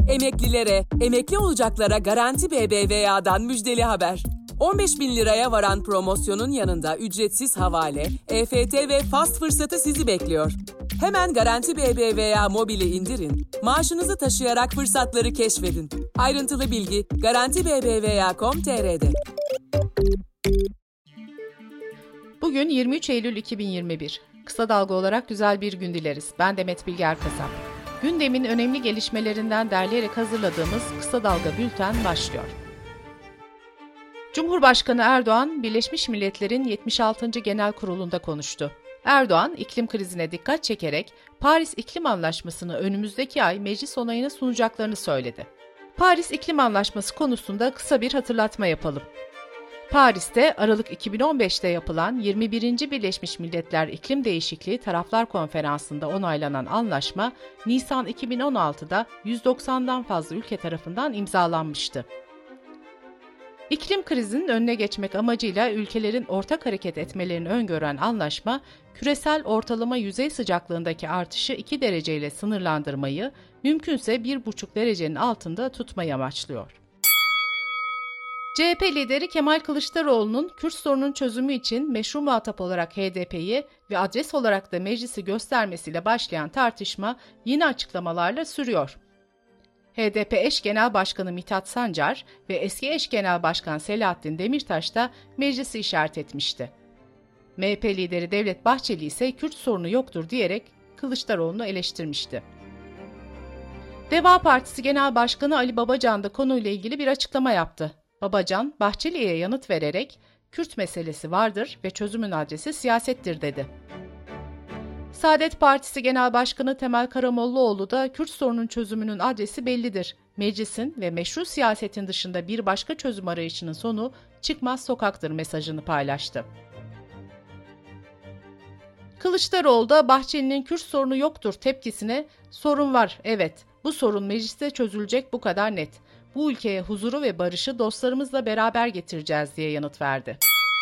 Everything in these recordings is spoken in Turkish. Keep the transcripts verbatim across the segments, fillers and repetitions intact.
Emeklilere, emekli olacaklara Garanti B B V A'dan müjdeli haber. on beş bin liraya varan promosyonun yanında ücretsiz havale, E F T ve fast fırsatı sizi bekliyor. Hemen Garanti B B V A mobili indirin, maaşınızı taşıyarak fırsatları keşfedin. Ayrıntılı bilgi garanti b b v a nokta com nokta t r'de. Bugün yirmi üç Eylül iki bin yirmi bir. Kısa Dalga olarak güzel bir gün dileriz. Ben Demet Bilge Erkasap. Gündemin önemli gelişmelerinden derleyerek hazırladığımız Kısa Dalga Bülten başlıyor. Cumhurbaşkanı Erdoğan, Birleşmiş Milletler'in yetmiş altıncı Genel Kurulu'nda konuştu. Erdoğan, iklim krizine dikkat çekerek Paris İklim Anlaşması'nı önümüzdeki ay meclis onayına sunacaklarını söyledi. Paris İklim Anlaşması konusunda kısa bir hatırlatma yapalım. Paris'te Aralık iki bin on beşte yapılan yirmi birinci Birleşmiş Milletler İklim Değişikliği Taraflar Konferansı'nda onaylanan anlaşma, Nisan iki bin on altıda yüz doksandan fazla ülke tarafından imzalanmıştı. İklim krizinin önüne geçmek amacıyla ülkelerin ortak hareket etmelerini öngören anlaşma, küresel ortalama yüzey sıcaklığındaki artışı iki dereceyle sınırlandırmayı, mümkünse bir buçuk derecenin altında tutmayı amaçlıyor. C H P lideri Kemal Kılıçdaroğlu'nun Kürt sorunun çözümü için meşru muhatap olarak H D P'yi ve adres olarak da meclisi göstermesiyle başlayan tartışma yeni açıklamalarla sürüyor. H D P eş genel başkanı Mithat Sancar ve eski eş genel başkan Selahattin Demirtaş da meclisi işaret etmişti. M H P lideri Devlet Bahçeli ise Kürt sorunu yoktur diyerek Kılıçdaroğlu'nu eleştirmişti. Deva Partisi Genel Başkanı Ali Babacan da konuyla ilgili bir açıklama yaptı. Babacan, Bahçeli'ye yanıt vererek Kürt meselesi vardır ve çözümün adresi siyasettir dedi. Saadet Partisi Genel Başkanı Temel Karamollaoğlu da Kürt sorunun çözümünün adresi bellidir. Meclisin ve meşru siyasetin dışında bir başka çözüm arayışının sonu çıkmaz sokaktır mesajını paylaştı. Kılıçdaroğlu da Bahçeli'nin Kürt sorunu yoktur tepkisine sorun var, evet, bu sorun mecliste çözülecek, bu kadar net. Bu ülkeye huzuru ve barışı dostlarımızla beraber getireceğiz diye yanıt verdi.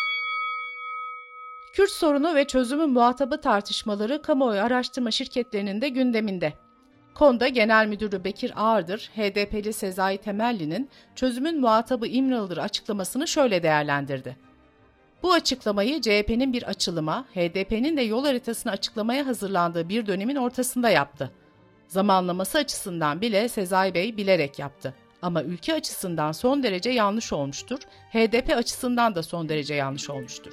Kürt sorunu ve çözümü muhatabı tartışmaları kamuoyu araştırma şirketlerinin de gündeminde. KONDA Genel Müdürü Bekir Ağırdır, H D P'li Sezai Temelli'nin çözümün muhatabı İmralı'dır açıklamasını şöyle değerlendirdi. Bu açıklamayı C H P'nin bir açılıma, H D P'nin de yol haritasını açıklamaya hazırlandığı bir dönemin ortasında yaptı. Zamanlaması açısından bile Sezai Bey bilerek yaptı. Ama ülke açısından son derece yanlış olmuştur, H D P açısından da son derece yanlış olmuştur.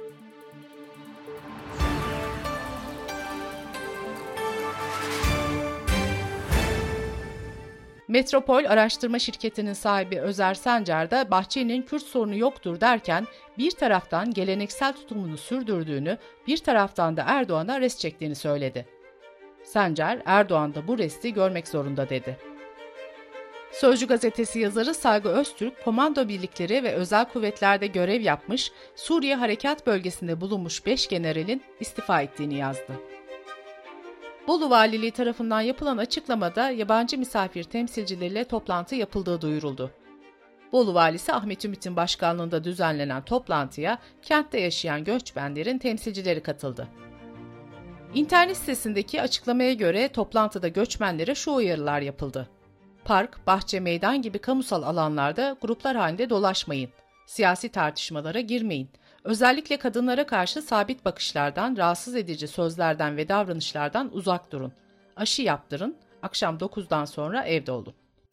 Metropol Araştırma Şirketi'nin sahibi Özer Sancar da Bahçeli'nin Kürt sorunu yoktur derken bir taraftan geleneksel tutumunu sürdürdüğünü, bir taraftan da Erdoğan'a rest çektiğini söyledi. Sancar, Erdoğan da bu resti görmek zorunda dedi. Sözcü gazetesi yazarı Saygı Öztürk, komando birlikleri ve özel kuvvetlerde görev yapmış, Suriye Harekat Bölgesi'nde bulunmuş beş generalin istifa ettiğini yazdı. Bolu Valiliği tarafından yapılan açıklamada yabancı misafir temsilcileriyle toplantı yapıldığı duyuruldu. Bolu Valisi Ahmet Ümit'in başkanlığında düzenlenen toplantıya kentte yaşayan göçmenlerin temsilcileri katıldı. İnternet sitesindeki açıklamaya göre toplantıda göçmenlere şu uyarılar yapıldı. Park, bahçe, meydan gibi kamusal alanlarda gruplar halinde dolaşmayın. Siyasi tartışmalara girmeyin. Özellikle kadınlara karşı sabit bakışlardan, rahatsız edici sözlerden ve davranışlardan uzak durun. Aşı yaptırın, akşam dokuzdan sonra evde olun.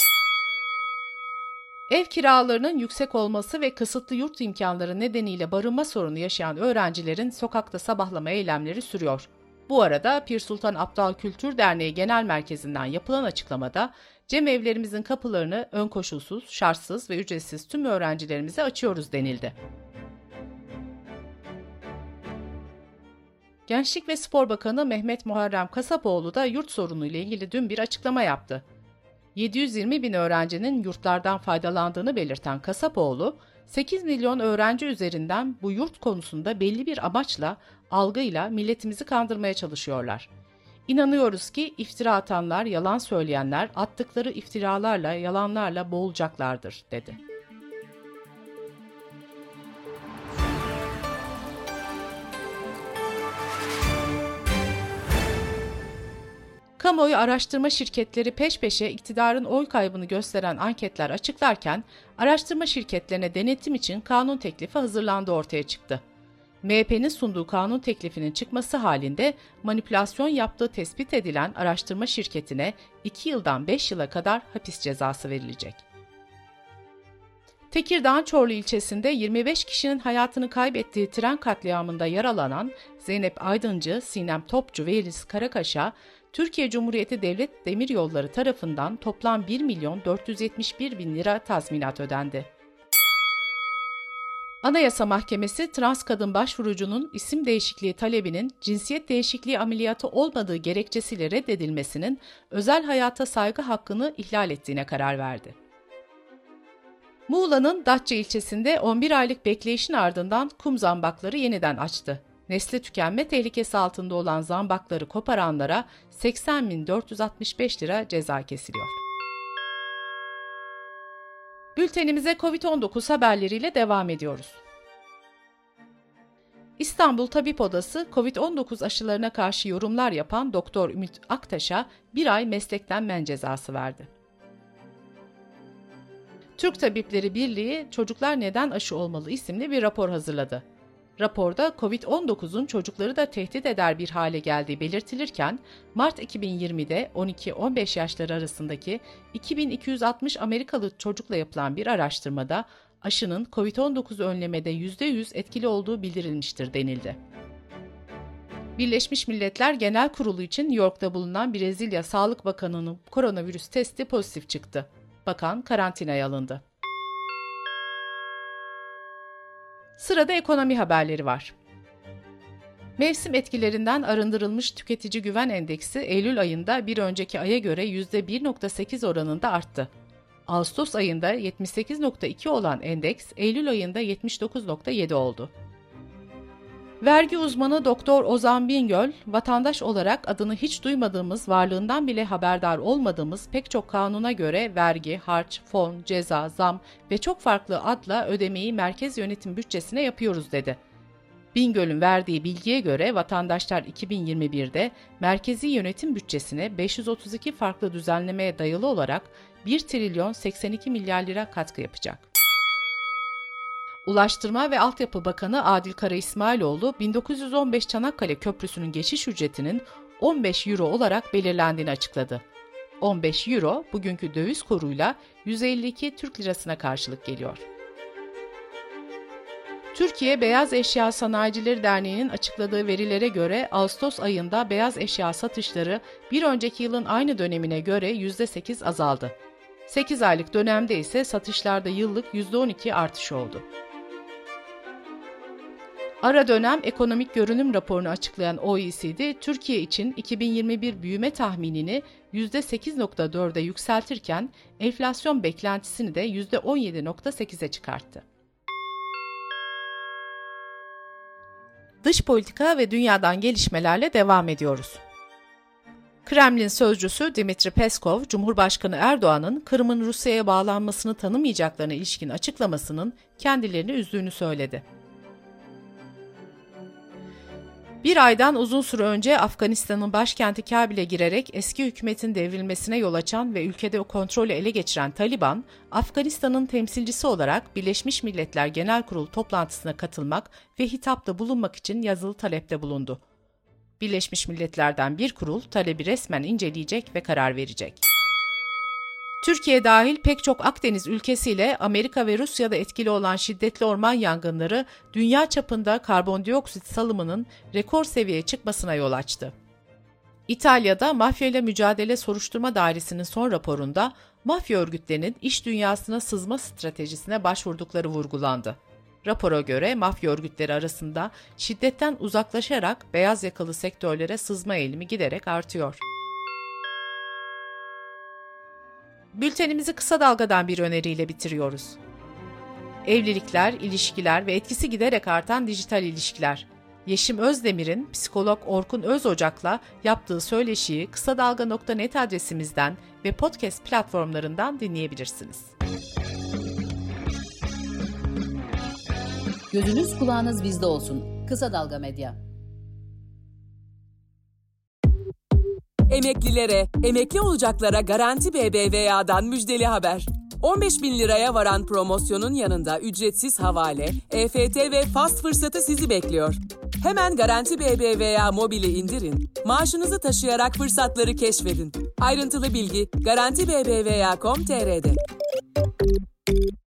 Ev kiralarının yüksek olması ve kısıtlı yurt imkanları nedeniyle barınma sorunu yaşayan öğrencilerin sokakta sabahlama eylemleri sürüyor. Bu arada Pir Sultan Abdal Kültür Derneği Genel Merkezi'nden yapılan açıklamada, cemevlerimizin kapılarını ön koşulsuz, şartsız ve ücretsiz tüm öğrencilerimize açıyoruz denildi. Gençlik ve Spor Bakanı Mehmet Muharrem Kasapoğlu da yurt sorunu ile ilgili dün bir açıklama yaptı. yedi yüz yirmi bin öğrencinin yurtlardan faydalandığını belirten Kasapoğlu, sekiz milyon öğrenci üzerinden bu yurt konusunda belli bir amaçla, algıyla milletimizi kandırmaya çalışıyorlar. İnanıyoruz ki iftira atanlar, yalan söyleyenler attıkları iftiralarla, yalanlarla boğulacaklardır, dedi. Kamuoyu araştırma şirketleri peş peşe iktidarın oy kaybını gösteren anketler açıklarken, araştırma şirketlerine denetim için kanun teklifi hazırlandığı ortaya çıktı. M H P'nin sunduğu kanun teklifinin çıkması halinde manipülasyon yaptığı tespit edilen araştırma şirketine iki yıldan beş yıla kadar hapis cezası verilecek. Tekirdağ'ın Çorlu ilçesinde yirmi beş kişinin hayatını kaybettiği tren katliamında yaralanan Zeynep Aydıncı, Sinem Topçu ve Yeliz Karakaş'a Türkiye Cumhuriyeti Devlet Demiryolları tarafından toplam bir milyon dört yüz yetmiş bir bin lira tazminat ödendi. Anayasa Mahkemesi, trans kadın başvurucunun isim değişikliği talebinin cinsiyet değişikliği ameliyatı olmadığı gerekçesiyle reddedilmesinin özel hayata saygı hakkını ihlal ettiğine karar verdi. Muğla'nın Datça ilçesinde on bir aylık bekleyişin ardından kum zambakları yeniden açtı. Nesli tükenme tehlikesi altında olan zambakları koparanlara seksen bin dört yüz altmış beş lira ceza kesiliyor. Bültenimize kovid on dokuz haberleriyle devam ediyoruz. İstanbul Tabip Odası, kovid on dokuz aşılarına karşı yorumlar yapan Doktor Ümit Aktaş'a bir ay meslekten men cezası verdi. Türk Tabipleri Birliği, Çocuklar Neden Aşı Olmalı isimli bir rapor hazırladı. Raporda kovid on dokuzun çocukları da tehdit eder bir hale geldiği belirtilirken, Mart iki bin yirmide on iki on beş yaşları arasındaki iki bin iki yüz altmış Amerikalı çocukla yapılan bir araştırmada aşının kovid on dokuz önlemede yüzde yüz etkili olduğu bildirilmiştir denildi. Birleşmiş Milletler Genel Kurulu için New York'ta bulunan Brezilya Sağlık Bakanı'nın koronavirüs testi pozitif çıktı. Bakan karantinaya alındı. Sırada ekonomi haberleri var. Mevsim etkilerinden arındırılmış tüketici güven endeksi Eylül ayında bir önceki aya göre yüzde bir virgül sekiz oranında arttı. Ağustos ayında yetmiş sekiz virgül iki olan endeks Eylül ayında yetmiş dokuz virgül yedi oldu. Vergi uzmanı Doktor Ozan Bingöl, vatandaş olarak adını hiç duymadığımız, varlığından bile haberdar olmadığımız pek çok kanuna göre vergi, harç, fon, ceza, zam ve çok farklı adla ödemeyi merkez yönetim bütçesine yapıyoruz dedi. Bingöl'ün verdiği bilgiye göre vatandaşlar iki bin yirmi birde merkezi yönetim bütçesine beş yüz otuz iki farklı düzenlemeye dayalı olarak bir trilyon seksen iki milyar lira katkı yapacak. Ulaştırma ve Altyapı Bakanı Adil Kara İsmailoğlu, bin dokuz yüz on beş Çanakkale Köprüsü'nün geçiş ücretinin on beş euro olarak belirlendiğini açıkladı. on beş euro bugünkü döviz kuruyla yüz elli iki Türk lirasına karşılık geliyor. Türkiye Beyaz Eşya Sanayicileri Derneği'nin açıkladığı verilere göre Ağustos ayında beyaz eşya satışları bir önceki yılın aynı dönemine göre yüzde sekiz azaldı. sekiz aylık dönemde ise satışlarda yıllık yüzde on iki artış oldu. Ara dönem ekonomik görünüm raporunu açıklayan O E C D, Türkiye için iki bin yirmi bir büyüme tahminini yüzde sekiz virgül dörde yükseltirken enflasyon beklentisini de yüzde on yedi virgül sekize çıkarttı. Dış politika ve dünyadan gelişmelerle devam ediyoruz. Kremlin sözcüsü Dmitri Peskov, Cumhurbaşkanı Erdoğan'ın Kırım'ın Rusya'ya bağlanmasını tanımayacaklarına ilişkin açıklamasının kendilerini üzdüğünü söyledi. Bir aydan uzun süre önce Afganistan'ın başkenti Kabil'e girerek eski hükümetin devrilmesine yol açan ve ülkede o kontrolü ele geçiren Taliban, Afganistan'ın temsilcisi olarak Birleşmiş Milletler Genel Kurulu toplantısına katılmak ve hitapta bulunmak için yazılı talepte bulundu. Birleşmiş Milletler'den bir kurul talebi resmen inceleyecek ve karar verecek. Türkiye dahil pek çok Akdeniz ülkesiyle Amerika ve Rusya'da etkili olan şiddetli orman yangınları dünya çapında karbondioksit salımının rekor seviyeye çıkmasına yol açtı. İtalya'da Mafyayla Mücadele Soruşturma Dairesi'nin son raporunda mafya örgütlerinin iş dünyasına sızma stratejisine başvurdukları vurgulandı. Rapora göre mafya örgütleri arasında şiddetten uzaklaşarak beyaz yakalı sektörlere sızma eğilimi giderek artıyor. Bültenimizi kısa dalgadan bir öneriyle bitiriyoruz. Evlilikler, ilişkiler ve etkisi giderek artan dijital ilişkiler. Yeşim Özdemir'in psikolog Orkun Özocak'la yaptığı söyleşiyi kısa dalga nokta net adresimizden ve podcast platformlarından dinleyebilirsiniz. Gözünüz kulağınız bizde olsun. Kısa Dalga Medya. Emeklilere, emekli olacaklara Garanti B B V A'dan müjdeli haber. on beş bin liraya varan promosyonun yanında ücretsiz havale, E F T ve fast fırsatı sizi bekliyor. Hemen Garanti B B V A mobili indirin, maaşınızı taşıyarak fırsatları keşfedin. Ayrıntılı bilgi garanti b b v a nokta com nokta t r'de.